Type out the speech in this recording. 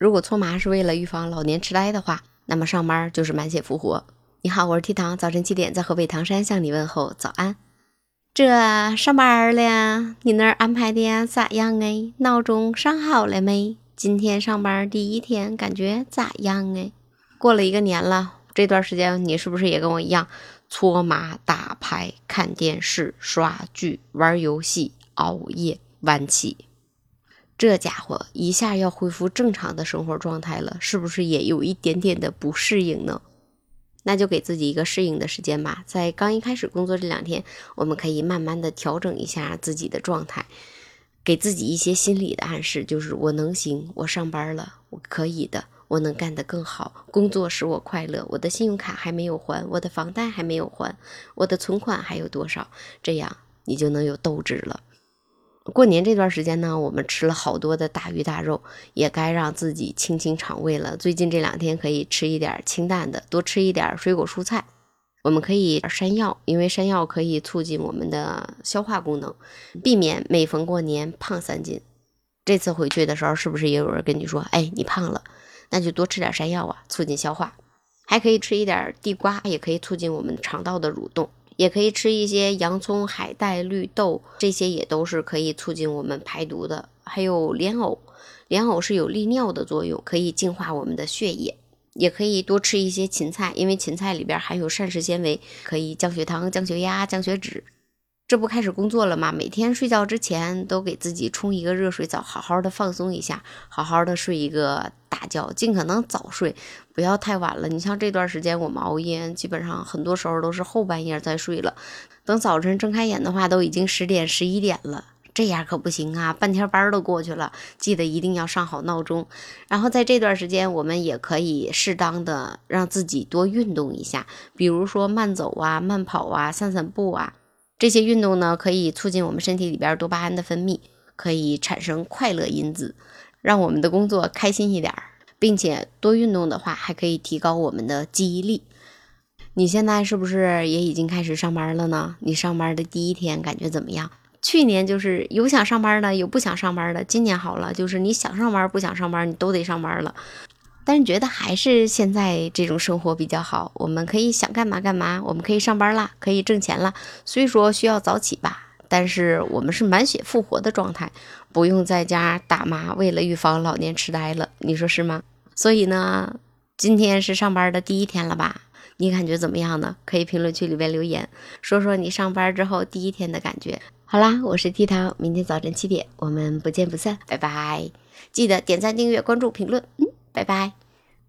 如果搓麻是为了预防老年痴呆的话，那么上班就是满血复活。你好，我是 T 糖，早晨7点在河北唐山向你问候早安。这上班了，你那儿安排的咋样哎？闹钟上好了没？今天上班第一天感觉咋样哎？过了1个年了，这段时间你是不是也跟我一样搓麻、打牌、看电视、刷剧、玩游戏、熬夜、晚起？这家伙一下要恢复正常的生活状态了，是不是也有一点点的不适应呢？那就给自己一个适应的时间吧，在刚一开始工作这2天，我们可以慢慢的调整一下自己的状态，给自己一些心理的暗示，就是我能行，我上班了，我可以的，我能干得更好，工作使我快乐，我的信用卡还没有还，我的房贷还没有还，我的存款还有多少，这样你就能有斗志了。过年这段时间呢，我们吃了好多的大鱼大肉，也该让自己清清肠胃了。最近这2天可以吃一点清淡的，多吃一点水果蔬菜。我们可以山药，因为山药可以促进我们的消化功能，避免每逢过年胖3斤。这次回去的时候，是不是也有人跟你说，哎，你胖了，那就多吃点山药啊，促进消化。还可以吃一点地瓜，也可以促进我们肠道的蠕动。也可以吃一些洋葱、海带、绿豆，这些也都是可以促进我们排毒的。还有莲藕，莲藕是有利尿的作用，可以净化我们的血液。也可以多吃一些芹菜，因为芹菜里边含有膳食纤维，可以降血糖、降血压、降血脂。这不开始工作了吗？每天睡觉之前都给自己冲一个热水澡，好好的放松一下，好好的睡一个大觉，尽可能早睡，不要太晚了。你像这段时间我们熬夜，基本上很多时候都是后半夜再睡了，等早晨睁开眼的话都已经10点11点了，这样可不行啊，半天班都过去了，记得一定要上好闹钟。然后在这段时间我们也可以适当的让自己多运动一下，比如说慢走啊、慢跑啊、散散步啊。这些运动呢，可以促进我们身体里边多巴胺的分泌，可以产生快乐因子，让我们的工作开心一点，并且多运动的话还可以提高我们的记忆力。你现在是不是也已经开始上班了呢？你上班的第一天感觉怎么样？去年就是有想上班的，有不想上班的，今年好了，就是你想上班不想上班你都得上班了。但是觉得还是现在这种生活比较好，我们可以想干嘛干嘛，我们可以上班啦，可以挣钱啦。虽说需要早起吧，但是我们是满血复活的状态，不用在家打麻，为了预防老年痴呆了，你说是吗？所以呢，今天是上班的第一天了吧？你感觉怎么样呢？可以评论区里面留言，说说你上班之后第一天的感觉。好啦，我是 T 糖，明天早晨7点我们不见不散，拜拜！记得点赞、订阅、关注、评论，拜拜。